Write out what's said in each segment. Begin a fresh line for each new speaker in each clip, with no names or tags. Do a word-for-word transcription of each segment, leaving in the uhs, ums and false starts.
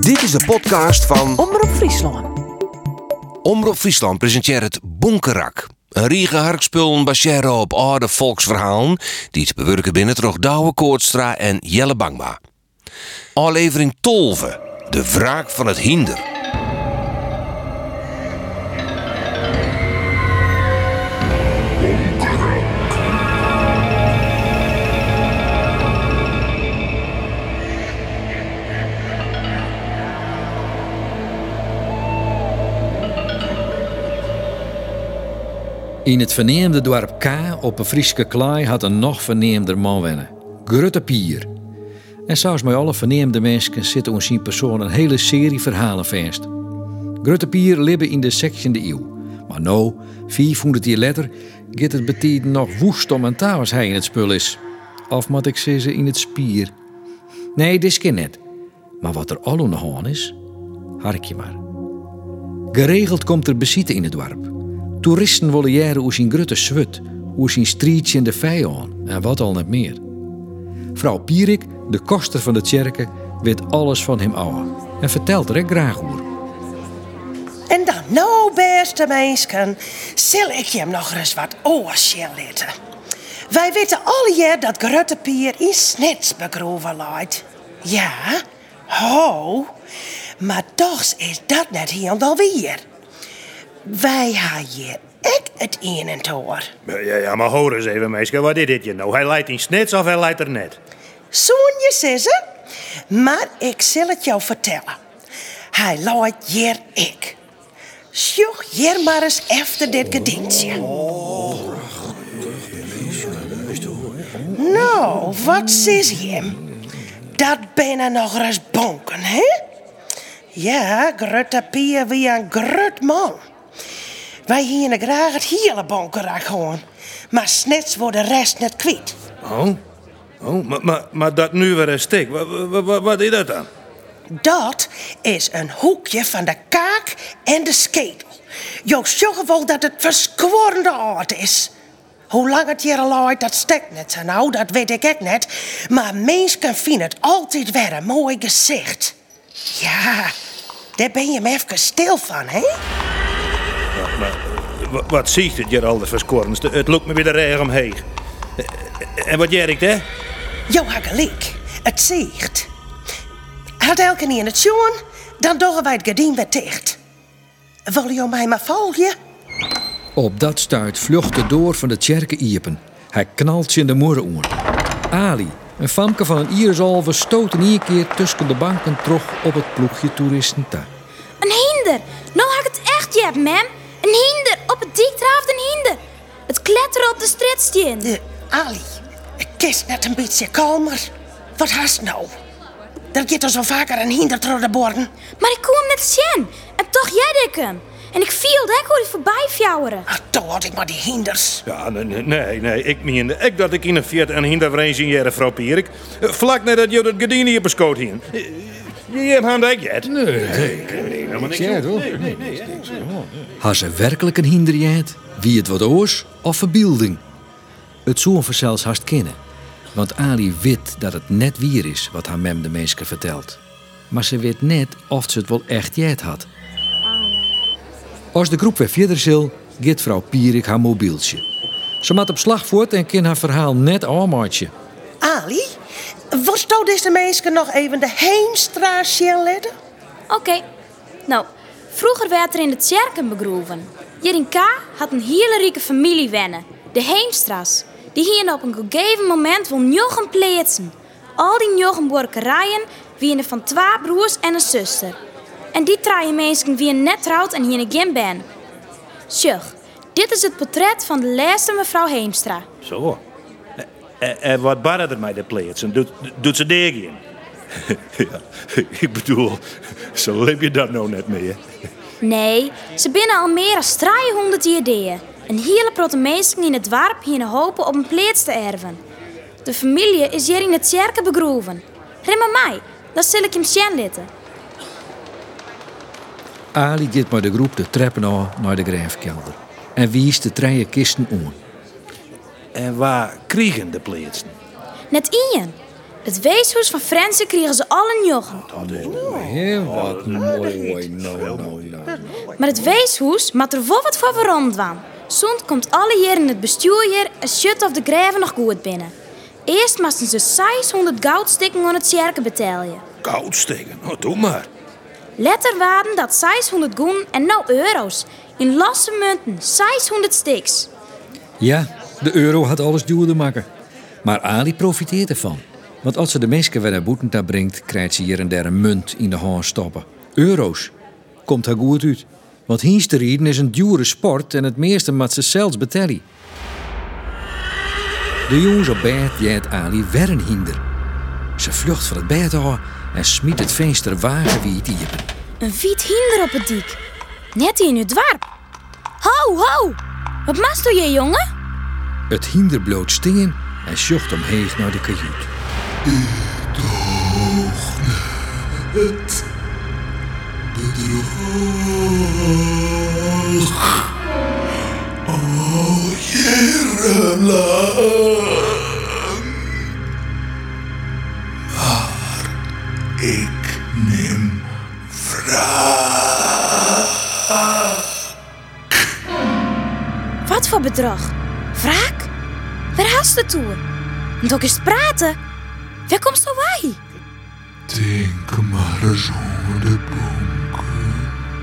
Dit is de podcast van
Omroep Friesland.
Omroep Friesland presenteert het Bonkerak. Een riege harkspullen baseren op oude volksverhalen die te bewerken binnen door Douwe Koortstra en Jelle Bangma. Aflevering twaalf. De wraak van het hinder.
In het verneemde dorp K op een Frieske klei had een nog verneemder man wennen. Grutte Pier. En zoals bij alle verneemde mensen zitten ons in persoon een hele serie verhalen vast. Grutte Pier leven in de zestiende eeuw. Maar nou, vierhonderd jaar later, gaat het betiden nog woest om en taal als hij in het spul is. Of moet ik zeggen in het spier. Nee, dit is net. Maar wat er al aan de hand is, hark je maar. Geregeld komt er bezitten in het dorp. Toeristen willen jaren hoe zijn grutte zwut, hoe zijn strietje in de vij aan en wat al net meer. Vrouw Pierik, de koster van de tjerke, weet alles van hem af en vertelt er graag over.
En dan nou, beste mensen, zal ik je hem nog eens wat oorschel laten. Wij weten alle jaar dat Grutte Pier in Snets begroven ligt. Ja, ho, maar toch is dat net helemaal weer. Wij hebben hier echt het een en toer.
Ja, ja, maar hoor eens even, meisje. Wat is dit je nou? Hij leidt in Snets of hij leidt er net?
Zo'n je zeggen, maar ik zal het jou vertellen. Hij leidt hier ik. Sjoch hier maar eens efter dit gedientje. Nou, wat is je? Dat ben er nog eens bonken, hè? Ja, Grutte Pier wie een grut man. Wij hier graag het hele bonkerak gewoon. Maar snets wordt de rest net kwijt.
Oh, oh maar, maar, maar dat nu weer een stik. Wat, wat, wat, wat is dat dan?
Dat is een hoekje van de kaak en de skedel. Jo zegt wel dat het verskworende aard is. Hoe lang het hier al uit, dat stekt net zo nou, dat weet ik ook net. Maar mensen vinden het altijd weer een mooi gezicht. Ja, daar ben je me even stil van, hè?
Ja, maar wat, wat ziet het hier al de verskorrenste? Het loopt me weer de regen omheen. En wat jij hè?
Jo, ha gelijk. Het ziet. Had elke niet in het schoen, dan doen wij het gardien weer dicht. Wil je mij maar volgen?
Op dat stuit vlucht de door van de tjerke iepen. Hij knalt je in de morren aan. Ali, een famke van een iersalve, stoot in één keer tussen de banken terug op het ploegje toeristen ta.
Een hinder! Nou had ik het echt, jeb, mam. Een hinder! Op het dik draaft een hinder! Het kletteren op de stritstien.
Uh, Ali, kies net een beetje kalmer. Wat haast nou? Er gaat er zo vaker een hinder door de borden.
Maar ik kon hem net zien. En toch jij ik hem. En ik viel dat ik hoorde voorbij fjouweren.
Ah, toen had ik maar die hinders.
Ja, nee, nee, nee. Ik meende ik dat ik in een Fiat een hinder vreemd zien, vrouw Pierik. Vlak nadat je dat gardine hier beschoot hien. Je hebt hand ik jet.
Nee, nee,
nee, helemaal niks.
Nee, nee, nee, nee. Had ze werkelijk een hinder jet? Wie het wat oors of verbeelding? Het zou hem zelfs haast kennen. Want Ali weet dat het net wier is wat haar mem de mensen vertelt. Maar ze weet net of ze het wel echt jet had. Als de groep weer verder zal, gaat vrouw Pierik haar mobieltje. Ze maakt op slag voort en kan haar verhaal net aanmaatje.
Ali, wat zou deze mensen nog even de Heemstra zien letten?
Oké. Okay. Nou, vroeger werd er in de tjerken begroeven. Hier in K had een hele rieke familie wennen. De Heemstra's. Die hingen op een gegeven moment wel njochen pleetsen. Al die njochen borkerijen wieën van twee broers en een zuster. En die draaien mensen wie een net trouwt en hier geen ben. Sjoch, dit is het portret van de laatste mevrouw Heemstra.
Zo. En, en wat barre er mij de pleetsen? Doet, doet ze deeg in? Ja, ik bedoel, zo leef je dat nou net mee, hè?
Nee, ze binnen al meer dan driehonderd ideeën. Een hele protte mensen in het dorp hier hopen op een pleets te erven. De familie is hier in het tjerken begroeven. Rim mij, dan zal ik hem zien litten.
Ali gaat met de groep de treppen aan naar de graafkelder. En wiest de drie kisten aan.
En waar kregen de pleetsen?
Net Ian. Het weeshuis van Frensen kregen ze allen jochen.
Heel wat mooi. Nou, nou, nou.
Maar het weeshuis moet er wel wat voor veranderd worden. Soms komt alle jaren het bestuur hier een shut of de graven nog goed binnen. Eerst moesten ze zeshonderd goudstikken aan het kerken betalen.
Goudsteken, nou doe maar.
Later waren dat zeshonderd goen en nou euro's. In losse munten, zeshonderd stiks.
Ja, de euro had alles duurder maken. Maar Ali profiteert ervan. Want als ze de mensen weer naar boeten brengt, krijgt ze hier en daar een munt in de hand stoppen. Euro's. Komt haar goed uit. Want hiensterrieden is een dure sport en het meeste moet ze zelfs betalen. De jongens op bed jaagt Ali weer een hinder. Ze vlucht van het bed af en smiet het venster wagenwiet iepen.
Een wiet hinder op het dik. Net in het dwarp. Ho, ho! Wat maakt u je, jongen?
Het hinder bloot steen en sjocht omheeg naar de kajuut.
Het bedrog. O Jerusalem. Maar ik neem wraak.
Wat voor bedrog? Wraak? Waar hast het toe? En ook eens praten? Waar komt zo wij?
Denk maar eens aan de bonken.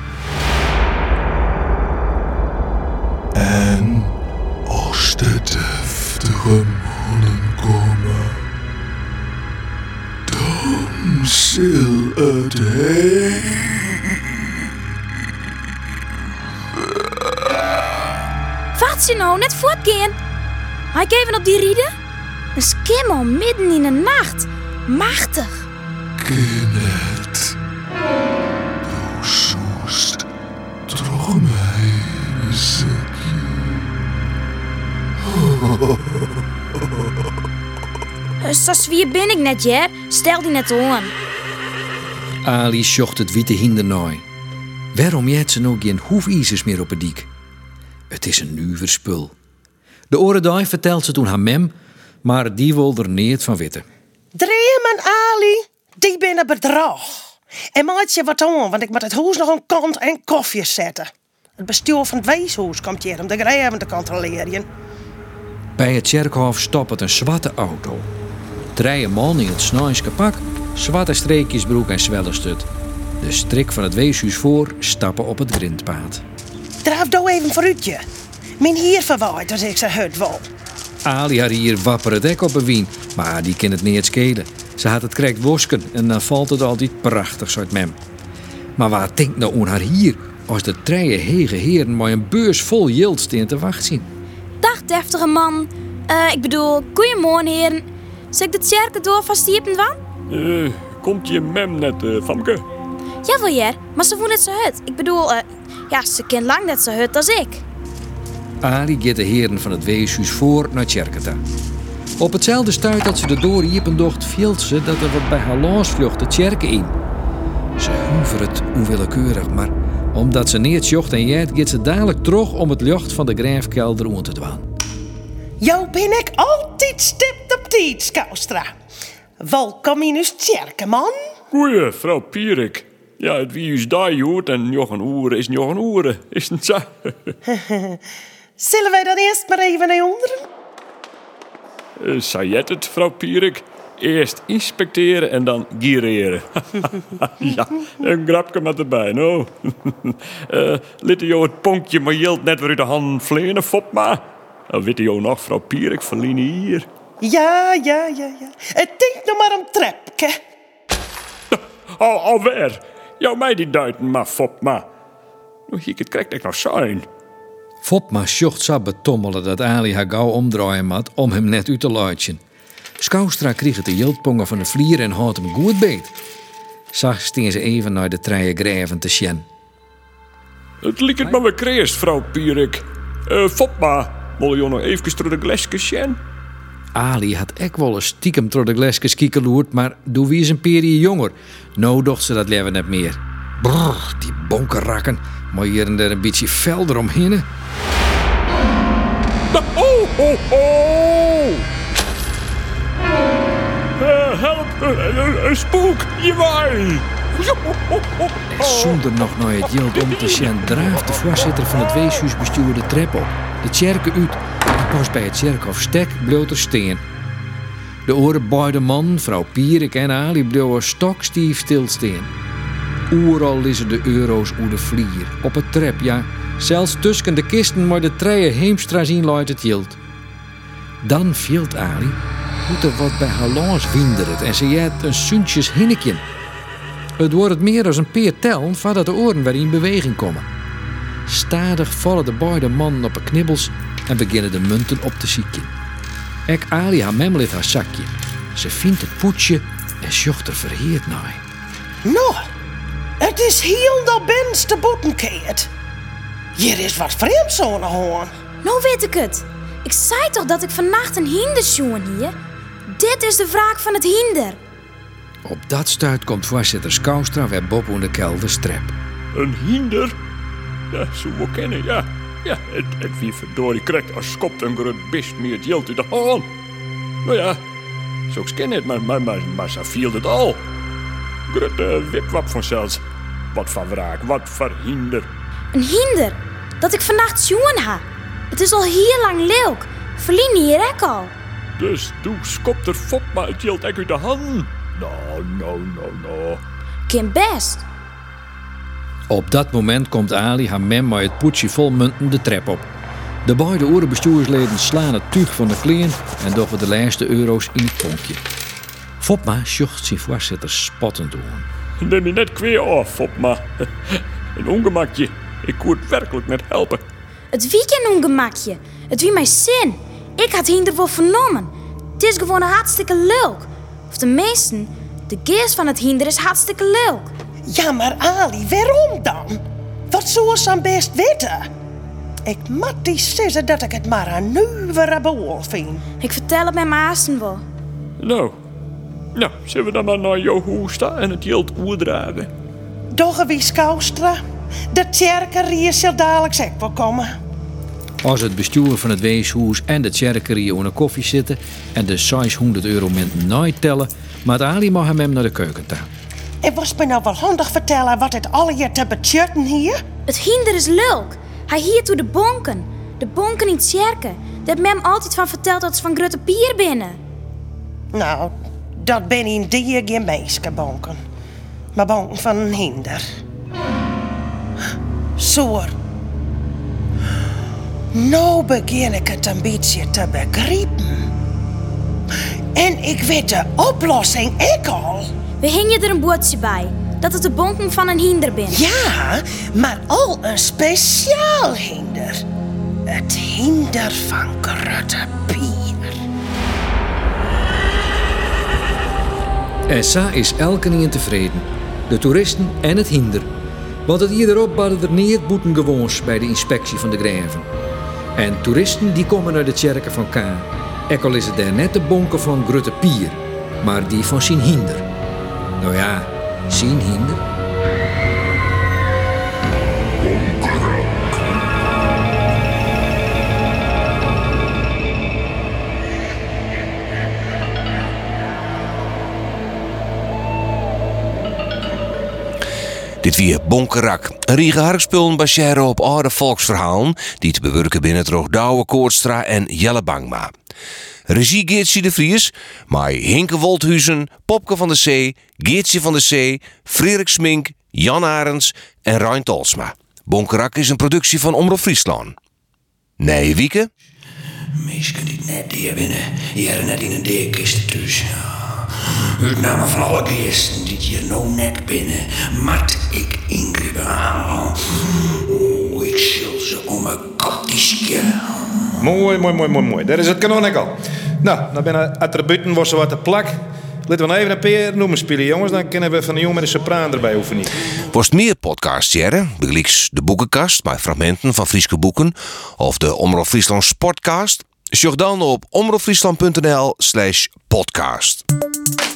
En als de deftige mannen komen, dan zal het heen.
Wat je nou net voortgaan? Ga ik even op die rieden? Een skimmel midden in de nacht. Machtig.
Kenneth, du zoest toch mij een zakje.
Zo zwier ben ik net, ja? Stel die net aan.
Ali sjocht het witte hinder naai. Waarom jet ze nou geen hoefijzers meer op het dik? Het is een nuver spul. De orendaai vertelt ze toen haar mem, maar die wil er niet van weten.
Dream en Ali, die binnen bedrog. En maak je wat aan, want ik moet het huis nog een kant en koffie zetten. Het bestuur van het weeshuis komt hier om de graven te controleren.
Bij het kerkhof stopt het een zwarte auto. Drie man in het snijske pak, zwarte streekjesbroek en zwellenstut. De strik van het weeshuis voor stappen op het grindpaad.
Draaf doe even vooruitje. Mijn hier verwaait als ik ze hut wil.
Ali had hier wapper het hek op een wien, maar die kan het niet schelen. Ze had het krekt wosken en dan valt het altijd prachtig, soort mem. Maar wat denkt nou aan haar hier, als de treien hege heren maar een beurs vol jild staan te wachten zien?
Dag, deftige man. Uh, ik bedoel, goeiemorgen, heren. Zeg ik de kerken door van stiepen van?
Uh, komt je mem net, uh, Famke?
Ja, wel ja, maar ze voelt net zo hut. Ik bedoel, uh, ja, ze kent lang net zo hut als ik.
Ali gaat de heren van het weeshuis voor naar Tjerketa. Op hetzelfde stuit dat ze de door docht, viel ze dat er wat bij haar losvlucht de kerken in. Ze hoeven het onwillekeurig, maar omdat ze niet jocht en jet, gaat ze dadelijk terug om het licht van de graafkelder aan te dwaan.
Jou ben ik altijd stipt op tijd, Koustra. Welkom in uw kerken, man.
Goeie, vrouw Pierik. Ja, het wie is daar joet en nog een oere is nog een oere, is het zo?
Zullen wij dan eerst maar even naar onderen?
Uh, zei je het, vrouw Pierik? Eerst inspecteren en dan gireren. Ja, een grapje met erbij, nou. uh, Litte jou het ponkje maar jilt net weer uit de hand vleenen, fop maar. Dan weet jou nog, vrouw Pierik, van Line hier.
Ja, ja, ja, ja. Het denkt nog maar om trepke.
Al, alweer. Jou mij die duiten maar, fop maar. Nou, hier het krijgt ik nog zijn.
Fopma sjocht zo betommelen dat Ali haar gauw omdraaien moet om hem net uit te luidjen. Skoustra kreeg het de jildpongen van de vlier en houdt hem goed beet. Zag steen ze even naar de treie graven te sjen.
Het liek het maar weer kreest, vrouw Pierik. Uh, Fopma, wil je nog even door de glesjes sjen?
Ali had ek wel eens stiekem door de glesjes kiekeloerd, maar doe wie is een perie jonger. Nou docht ze dat leven net meer. Brrr, die bonkerrakken, maar hier en daar een beetje vel eromheen.
Oh, oh, oh! Uh, Een, een spook, jawel!
En zonder nog naar het jild om te zien draaft de voorzitter van het weeshuisbestuur de trap op. De tjerke uit. En pas bij het kerkhof stek bleef er steen. De oren beide man, vrouw Pierik en Ali bleven stokstief stilstaan. Overal liggen de euro's oer de vlier. Op het trap, ja. Zelfs tussen de kisten maar de treien heemstra's in luidt het jild. Dan viel Ali hoe er wat bij haar langs windert en ze jet een suntjes hinnekje. Het wordt het meer als een peer tellen voordat de oren weer in beweging komen. Stadig vallen de beide mannen op de knibbels en beginnen de munten op te zieken. Ek Ali haar memlet haar zakje. Ze vindt het poetsje en zocht er verheerd naar.
Nou, het is heel dat benste boetenkeert. Hier is wat vreemds aan de hoorn.
Nou weet ik het. Ik zei toch dat ik vannacht een hinder zoen hier? Dit is de wraak van het hinder.
Op dat stuit komt voorzitter Skoustra weer Bob onder de kelder strep.
Een hinder? Ja, zo we kennen, ja. Ja, het, het wie verdorie krijgt als skopt een groot bist meer het jild uit de haan. Nou ja, zo ken het, maar, maar, maar, maar zo viel het al. Groot uh, wipwap vanzelfs. Wat van wraak, wat voor hinder.
Een hinder? Dat ik vannacht zoen ha. Het is al heel lang leuk. Verlien hier ek al.
Dus doe skopt er fop maar het jild ek uit de hand. Nou, nou, nou, nou.
Kim best.
Op dat moment komt Ali haar mem met het poetsje vol munten de trap op. De beide orenbestuursleden slaan het tuig van de kleen en doggen de laatste euro's in het ponkje. Fopma sjocht zijn voorzitter spottend aan.
Neem je net kweer af, Fopma. Een ongemakje. Ik kon het werkelijk net helpen.
Het wie geen ongemakje. Het wie mijn zin. Ik had hinder wel vernomen. Het is gewoon hartstikke leuk. Of de meesten, de geest van het hinder is hartstikke leuk.
Ja, maar Ali, waarom dan? Wat zou ze aan best weten? Ik moet die zeggen dat ik het maar een nieuwe boel vind.
Ik vertel het met mijn haasten wel.
Nou, nou, zullen we dan maar naar jouw huis staan en het jild oerdragen?
Doch wie Skoustra, de tjerkerie zal dadelijk ook wel komen.
Als het bestuur van het weeshuis en de tjerkerie onder koffie zitten en de zeshonderd euro munten nooit tellen, maar Ali mag hem naar de keuken taan.
En was me nou wel handig vertellen wat het alle hier te betjutten hier?
Het hinder is leuk. Hij hier toe de bonken. De bonken in het kerken. Daar heb mem altijd van verteld dat ze van Grutte Pier binnen.
Nou, dat ben in die geen meisjebonken. Maar bonken van een hinder. Zo. Nou begin ik het een beetje te begrijpen. En ik weet de oplossing ik al.
We hingen er een bootje bij. Dat het de bonken van een hinder bin.
Ja, maar al een speciaal hinder. Het hinder van Grutte Pier.
Essa is elke niet tevreden. De toeristen en het hinder. Want het hierop badden er niet boetengewoons bij de inspectie van de graven. En toeristen die komen naar de tjerken van K. Ek al is het daar net de bonken van Grutte Pier, maar die van zijn hinder. Nou ja, zijn hinder.
Dit weer Bonkerak, een riege harkspullen baseren op oude volksverhalen die te bewerken binnen het Douwe Koortstra en Jelle Bangma. Regie Geertje de Vries, maar Hinke Wolthuizen, Popke van de Zee, Geertje van de Zee, Frederik Smink, Jan Arends en Rein Tolsma. Bonkerak is een productie van Omroep Friesland. Nee, Wieke?
Meestal dit net hier binnen, hier net in een deerkist thuis. Het namen van alle geesten die hier nou net binnen, mat ik ingrijpen. Oh, ik zal ze om een kopjesje.
Mooi, mooi, mooi, mooi, mooi. Daar is het kanon ook al. Nou, dan binnen attributen was er wat te plak. Laten we nou even een paar noemen spelen, jongens. Dan kunnen we van de jongen met de sopraan erbij oefenen.
Worst meer podcasts jaren, begelijks de boekenkast met fragmenten van Frieske boeken of de Omroep Friesland Sportcast. Zoek dan op omroepfriesland punt n l slash podcast.